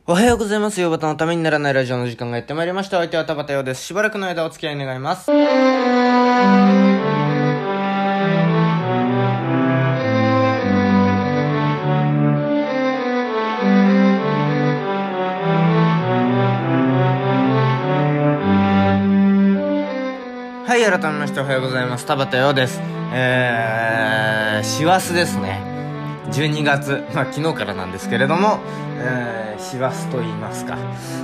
おはようございます。ヨバタのためにならないラジオの時間がやってまいりました。お相手は田畑洋です。しばらくの間お付き合い願います。はい、改めましておはようございます。田畑洋です。師走ですね。12月、昨日からなんですけれども、師走と言いますか。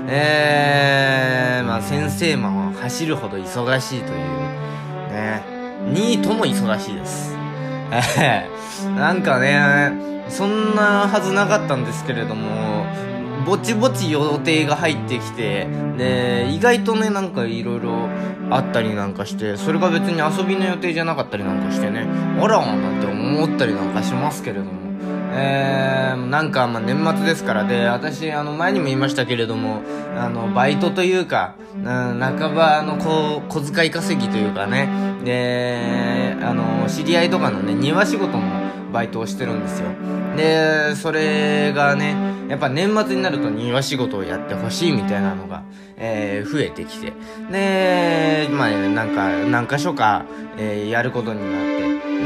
先生も走るほど忙しいという、ね、ニートも忙しいです。なんかね、そんなはずなかったんですけれども、ぼちぼち予定が入ってきて、で、意外とね、なんかいろいろあったりなんかして、それが別に遊びの予定じゃなかったりなんかしてね、あらーなんて思ったりなんかしますけれども、なんか年末ですからで、私前にも言いましたけれども、バイトというか、半ば小遣い稼ぎというかね、で、知り合いとかのね、庭仕事のバイトをしてるんですよ。で、それがね、やっぱ年末になると庭仕事をやってほしいみたいなのが、増えてきて、で、何箇所か、やることになって、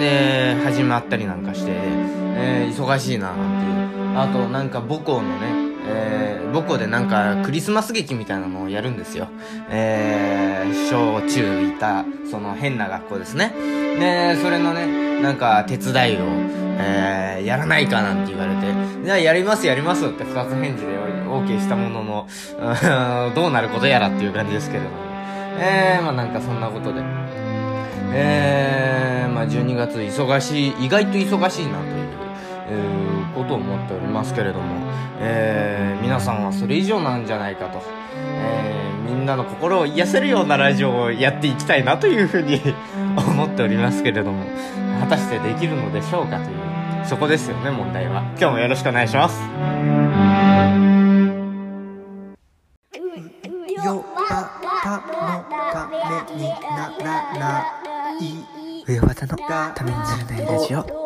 で、始まったりなんかして、忙しいななんていう。あとなんか母校のね、母校でなんかクリスマス劇みたいなのをやるんですよ。小中いたその変な学校ですね。でそれのねなんか手伝いを、やらないかなんて言われて、じゃあやりますって二つ返事で OK したもののどうなることやらっていう感じですけれども、なんかそんなことで12月意外と忙しいなということを思っておりますけれども、皆さんはそれ以上なんじゃないかと、みんなの心を癒せるようなラジオをやっていきたいなというふうに思っておりますけれども、果たしてできるのでしょうかという、そこですよね問題は。今日もよろしくお願いします。 よばたのためにならないよばたのためにならないラジオ。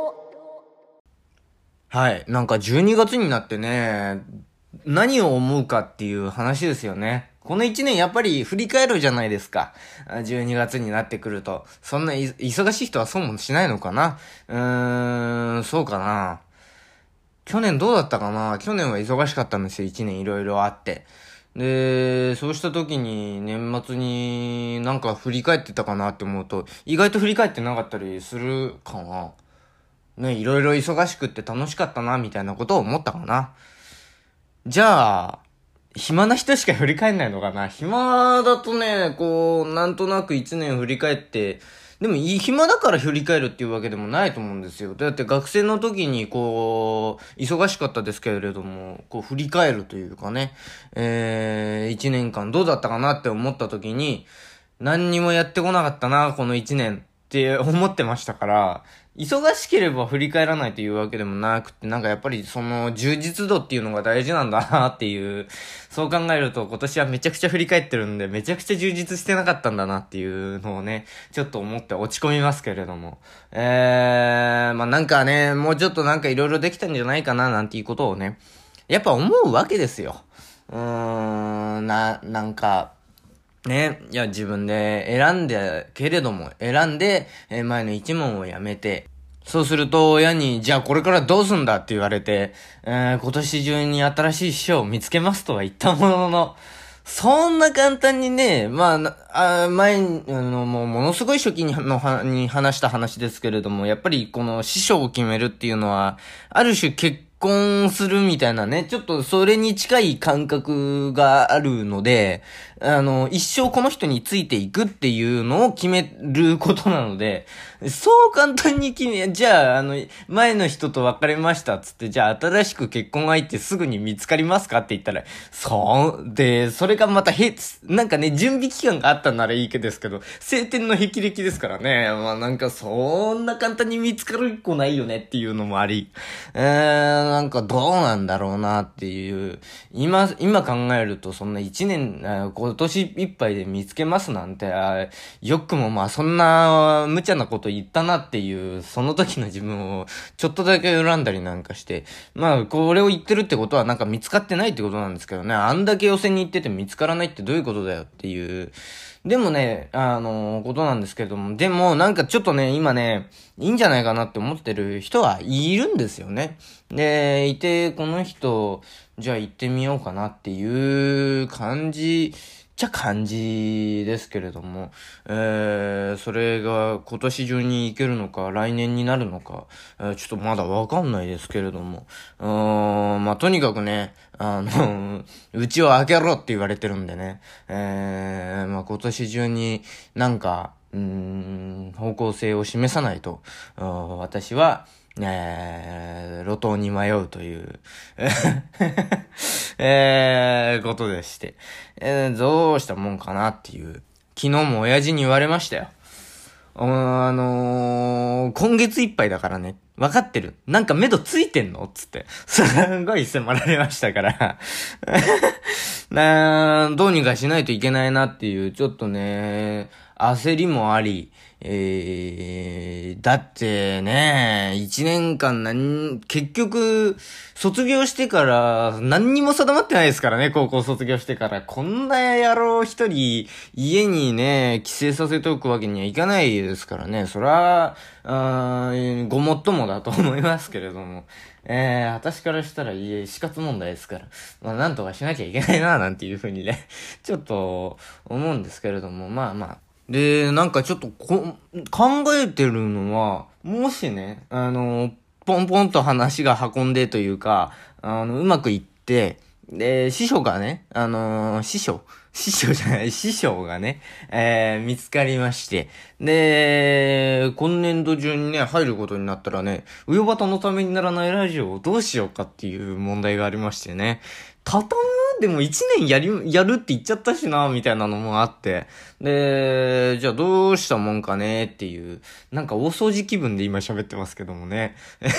はい。なんか12月になってね、何を思うかっていう話ですよね。この1年やっぱり振り返るじゃないですか。12月になってくると。そんな忙しい人はそうもしないのかな。そうかな。去年どうだったかな。去年は忙しかったんですよ。1年いろいろあって。で、そうした時に年末になんか振り返ってたかなって思うと、意外と振り返ってなかったりするかな。ね、いろいろ忙しくって楽しかったな、みたいなことを思ったかな。じゃあ、暇な人しか振り返んないのかな。暇だとね、なんとなく一年振り返って、でも暇だから振り返るっていうわけでもないと思うんですよ。だって学生の時に忙しかったですけれども、振り返るというかね、一年間どうだったかなって思った時に、何にもやってこなかったな、この一年って思ってましたから、忙しければ振り返らないというわけでもなくって、なんかやっぱりその充実度っていうのが大事なんだなっていう、そう考えると今年はめちゃくちゃ振り返ってるんで、めちゃくちゃ充実してなかったんだなっていうのをね、ちょっと思って落ち込みますけれども。なんかね、もうちょっとなんかいろいろできたんじゃないかななんていうことをね、やっぱ思うわけですよ。なんか、ね、いや自分で選んで、前の一問をやめて、そうすると親に、じゃあこれからどうすんだって言われて、今年中に新しい師匠を見つけますとは言ったものの、そんな簡単にね、前に、ものすごい初期に話した話ですけれども、やっぱりこの師匠を決めるっていうのは、ある種結婚するみたいなね、ちょっとそれに近い感覚があるので、一生この人についていくっていうのを決めることなので、そう簡単にじゃあ、前の人と別れましたっつって、じゃあ新しく結婚相手すぐに見つかりますかって言ったら、それがまたなんかね、準備期間があったならいいですけど、晴天の霹靂ですからね、なんかそんな簡単に見つかる子ないよねっていうのもあり、なんかどうなんだろうなっていう、今考えるとそんな1年、今今年いっぱいで見つけますなんて、よくもまあそんな無茶なこと言ったなっていう、その時の自分をちょっとだけ恨んだりなんかして、まあこれを言ってるってことはなんか見つかってないってことなんですけどね、あんだけ予選に行ってて見つからないってどういうことだよっていう、でもね、ことなんですけれども、でもなんかちょっとね、今ね、いいんじゃないかなって思ってる人はいるんですよね。で、いて、この人、じゃあ行ってみようかなっていう感じ、感じですけれども、それが今年中に行けるのか、来年になるのか、ちょっとまだわかんないですけれども、まあ、とにかくね、うちを開けろって言われてるんでね、まあ、今年中になんか、方向性を示さないと、私は、路頭に迷うという、ことでして、どうしたもんかなっていう、昨日も親父に言われましたよ。今月いっぱいだからね。分かってる。なんか目処ついてんのつって。すごい迫られましたからどうにかしないといけないなっていう、ちょっとね、焦りもあり、だってね、1年間結局、卒業してから何にも定まってないですからね、高校卒業してから。こんな野郎一人、家にね、帰省させておくわけにはいかないですからね。そら、ごもっともだと思いますけれども。私からしたら死活問題ですから。まあ、なんとかしなきゃいけないな、なんていうふうにね、ちょっと思うんですけれども、まあまあ。で、なんかちょっと考えてるのは、もしね、ポンポンと話が運んでというか、うまくいって、で、師匠がね、師匠がね、見つかりまして、で、今年度中にね、入ることになったらね、ウヨバタのためにならないラジオをどうしようかっていう問題がありましてね、でも1年やるって言っちゃったしな、みたいなのもあって。で、じゃあどうしたもんかねっていう、なんか大掃除気分で今喋ってますけどもね。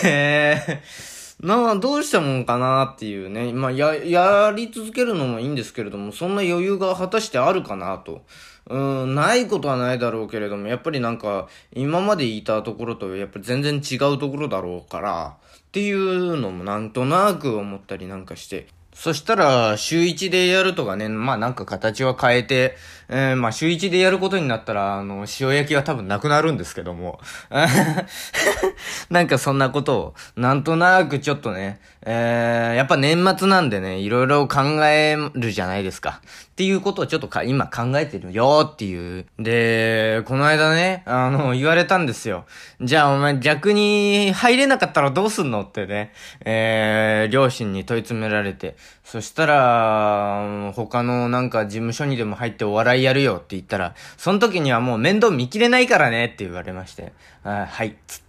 どうしたもんかなっていうね。まあ、やり続けるのもいいんですけれども、そんな余裕が果たしてあるかなと。ないことはないだろうけれども、やっぱりなんか、今までいたところとやっぱり全然違うところだろうから、っていうのもなんとなく思ったりなんかして。そしたら、週1でやるとかね、まあなんか形は変えて、まあ週1でやることになったら、塩焼きは多分なくなるんですけども。なんかそんなことを、なんとなくちょっとね、やっぱ年末なんでね、いろいろ考えるじゃないですか。っていうことをちょっと今考えてるよっていう。で、この間ね、言われたんですよ。じゃあお前逆に入れなかったらどうすんのってね、両親に問い詰められて。そしたら、他のなんか事務所にでも入ってお笑いやるよって言ったら、その時にはもう面倒見きれないからねって言われまして。はい、つって。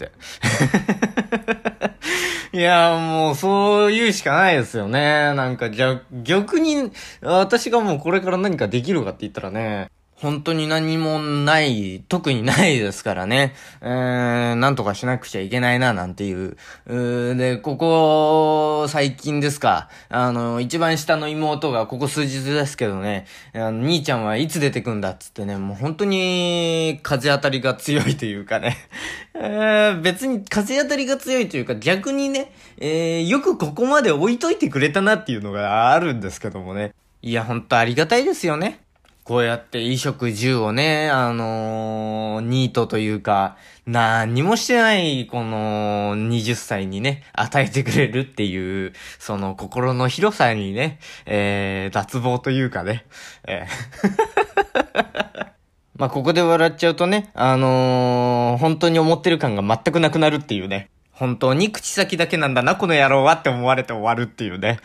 いや、もうそう言うしかないですよね。なんか逆に、私がもうこれから何かできるかって言ったらね、本当に何もない、特にないですからね。なんとかしなくちゃいけないな、なんていう。で、ここ、最近ですか。一番下の妹が、ここ数日ですけどね、兄ちゃんはいつ出てくんだっつってね、もう本当に風当たりが強いというかね。別に風当たりが強いというか、逆にね、よくここまで置いといてくれたなっていうのがあるんですけどもね。いや、本当ありがたいですよね。こうやって衣食住をね、ニートというか、何にもしてないこの20歳にね、与えてくれるっていう、その心の広さにね、脱帽というかね、まあ、ここで笑っちゃうとね、本当に思ってる感が全くなくなるっていうね。本当に口先だけなんだな、この野郎はって思われて終わるっていうね。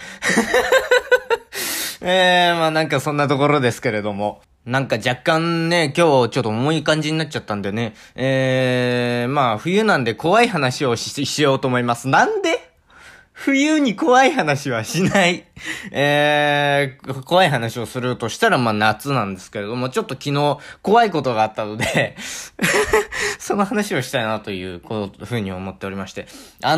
まあなんかそんなところですけれども。なんか若干ね、今日ちょっと重い感じになっちゃったんでね。まあ冬なんで怖い話をしようと思います。なんで冬に怖い話はしない。怖い話をするとしたら、まあ夏なんですけれども、ちょっと昨日怖いことがあったので、その話をしたいなというふうに思っておりまして。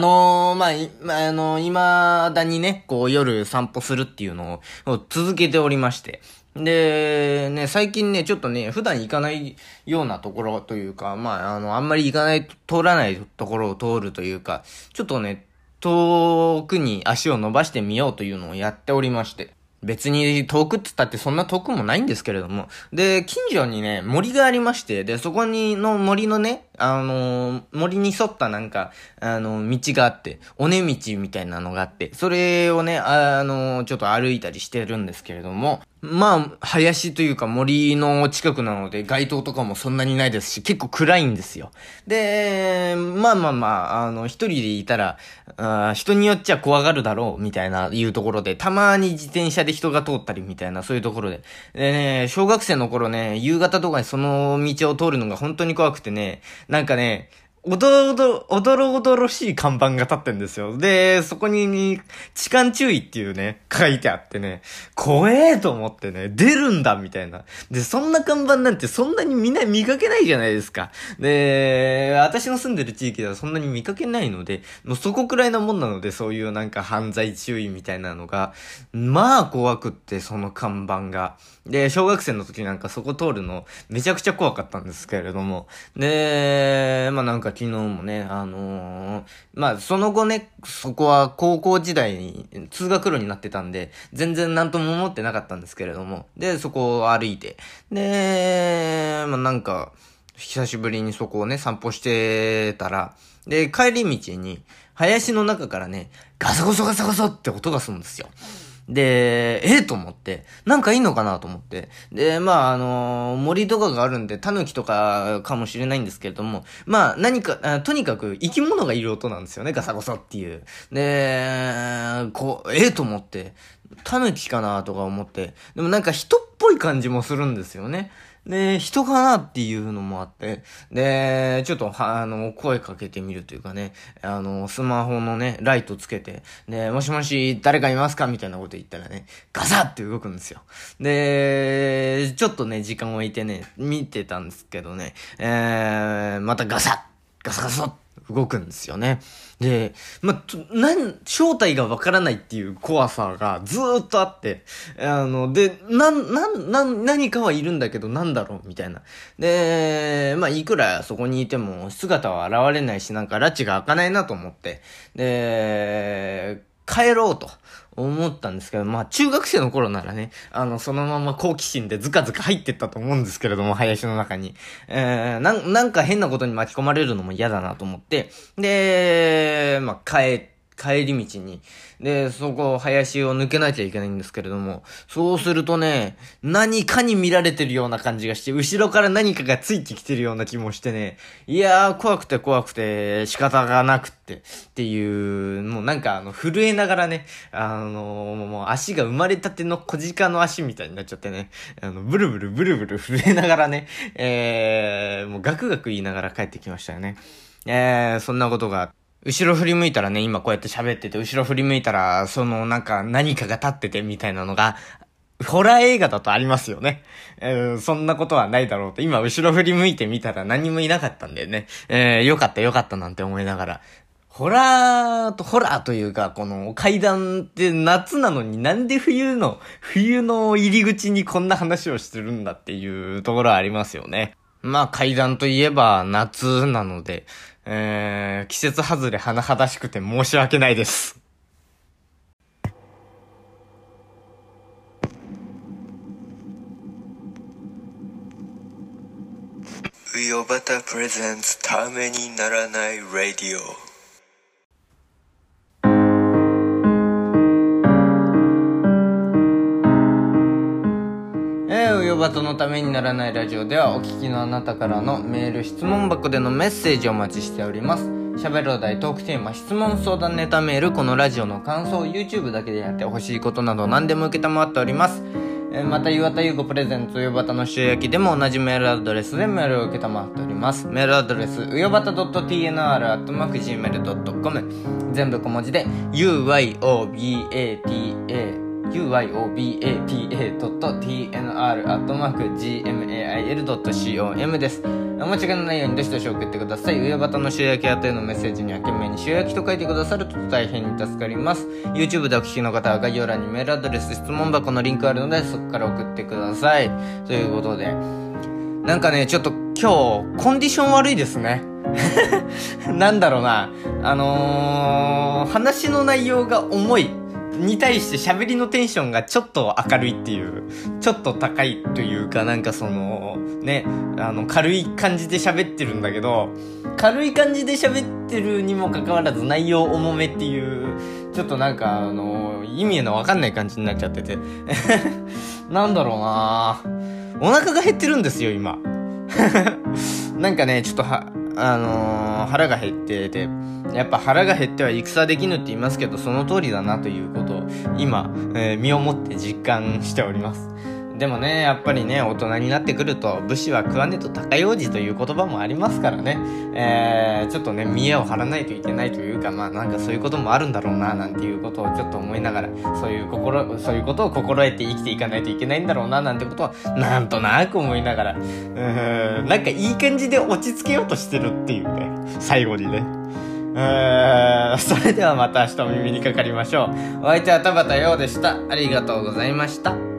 未だにね、こう夜散歩するっていうのを続けておりまして。で、ね、最近ね、ちょっとね、普段行かないようなところというか、あんまり通らないところを通るというか、ちょっとね、遠くに足を伸ばしてみようというのをやっておりまして。別に遠くっつったってそんな遠くもないんですけれども。で、近所にね、森がありまして、で、そこにの森のね、森に沿ったなんか、道があって、尾根道みたいなのがあって、それをね、ちょっと歩いたりしてるんですけれども、林というか森の近くなので街灯とかもそんなにないですし、結構暗いんですよ。で、一人でいたら、人によっちゃ怖がるだろう、みたいないうところで、たまに自転車で人が通ったりみたいな、そういうところで。でね、小学生の頃ね、夕方とかにその道を通るのが本当に怖くてね、なんかね、おどろしい看板が立ってんですよ。で、そこに、痴漢注意っていうね、書いてあってね、怖えと思ってね、出るんだみたいな。で、そんな看板なんてそんなに見かけないじゃないですか。で、私の住んでる地域ではそんなに見かけないので、もうそこくらいなもんなので、そういうなんか犯罪注意みたいなのが、まあ怖くって、その看板が。で、小学生の時なんかそこ通るの、めちゃくちゃ怖かったんですけれども。で、なんか昨日もね、その後ね、そこは高校時代に通学路になってたんで、全然なんとも思ってなかったんですけれども、で、そこを歩いて、で、なんか、久しぶりにそこをね、散歩してたら、で、帰り道に、林の中からね、ガサゴソガサゴソって音がするんですよ。で、と思って、なんかいいのかなと思って。で、森とかがあるんで、狸とかかもしれないんですけれども、とにかく生き物がいる音なんですよね、ガサゴソっていう。で、と思って、狸かなとか思って、でもなんか人っぽい感じもするんですよね。で、人かなっていうのもあって、で、ちょっと、声かけてみるというかね、スマホのね、ライトつけて、で、もしもし、誰かいますかみたいなこと言ったらね、ガサって動くんですよ。で、ちょっとね、時間を置いてね、見てたんですけどね、またガサッ動くんですよね。で、正体がわからないっていう怖さがずーっとあって、で、何かはいるんだけどなんだろうみたいな。で、いくらそこにいても姿は現れないし、なんか拉致が開かないなと思って、で、帰ろうと思ったんですけど、中学生の頃ならね、そのまま好奇心でズカズカ入ってったと思うんですけれども、林の中に。なんか変なことに巻き込まれるのも嫌だなと思って、で、帰り道に、で、そこ、林を抜けなきゃいけないんですけれども、そうするとね、何かに見られてるような感じがして、後ろから何かがついてきてるような気もしてね、いやー、怖くて仕方がなくっていう、もうなんか震えながらね、もう足が生まれたての小鹿の足みたいになっちゃってね、ブルブル震えながらね、もうガクガク言いながら帰ってきましたよね。そんなことが、後ろ振り向いたらね、今こうやって喋ってて、後ろ振り向いたら、何かが立っててみたいなのが、ホラー映画だとありますよね。そんなことはないだろうと。今後ろ振り向いてみたら何もいなかったんだよね。よかったなんて思いながら。ホラーというか、この階段って夏なのになんで冬の入り口にこんな話をしてるんだっていうところはありますよね。階段といえば夏なので、季節外れ甚だしくて申し訳ないです。 うよばたプレゼンツためにならないラディオ。 うよばたのためにならないラジオではお聞きのあなたからのメール質問箱でのメッセージをお待ちしております。喋るお題、トークテーマ、質問相談ネタメール、このラジオの感想、YouTube だけでやってほしいことなど何でも受けたまっております。 また、岩田優子プレゼンツうよばたの塩焼きでも同じメールアドレスでメールを受けたまっております。メールアドレス、うよばた .tnr@gmail.com、 全部小文字で、uyobata.tnr@gmail.com です。お間違いのないようにどしどし送ってください。うよばたの塩焼き宛てのメッセージには懸命に塩焼きと書いてくださると大変に助かります。 YouTube でお聞きの方は概要欄にメールアドレス、質問箱のリンクあるのでそこから送ってください。ということで、なんかね、ちょっと今日コンディション悪いですね。なんだろうな、話の内容が重いに対して喋りのテンションがちょっと明るいっていう、ちょっと高いというか、なんかそのね、軽い感じで喋ってるんだけど、軽い感じで喋ってるにもかかわらず内容重めっていう、ちょっとなんか意味のわかんない感じになっちゃっててなんだろうな、お腹が減ってるんですよ今。なんかね、ちょっと腹が減ってて、やっぱ腹が減っては戦できぬって言いますけど、その通りだなということを今、身をもって実感しております。でもね、やっぱりね、大人になってくると武士は食わねと高用事という言葉もありますからね、ちょっとね、見栄を張らないといけないというか、まあなんかそういうこともあるんだろうななんていうことをちょっと思いながら、そういうことを心得て生きていかないといけないんだろうななんてことはなんとなく思いながら、なんかいい感じで落ち着けようとしてるっていうね、最後にね。それではまた明日お耳にかかりましょう。お相手は田畑陽でした。ありがとうございました。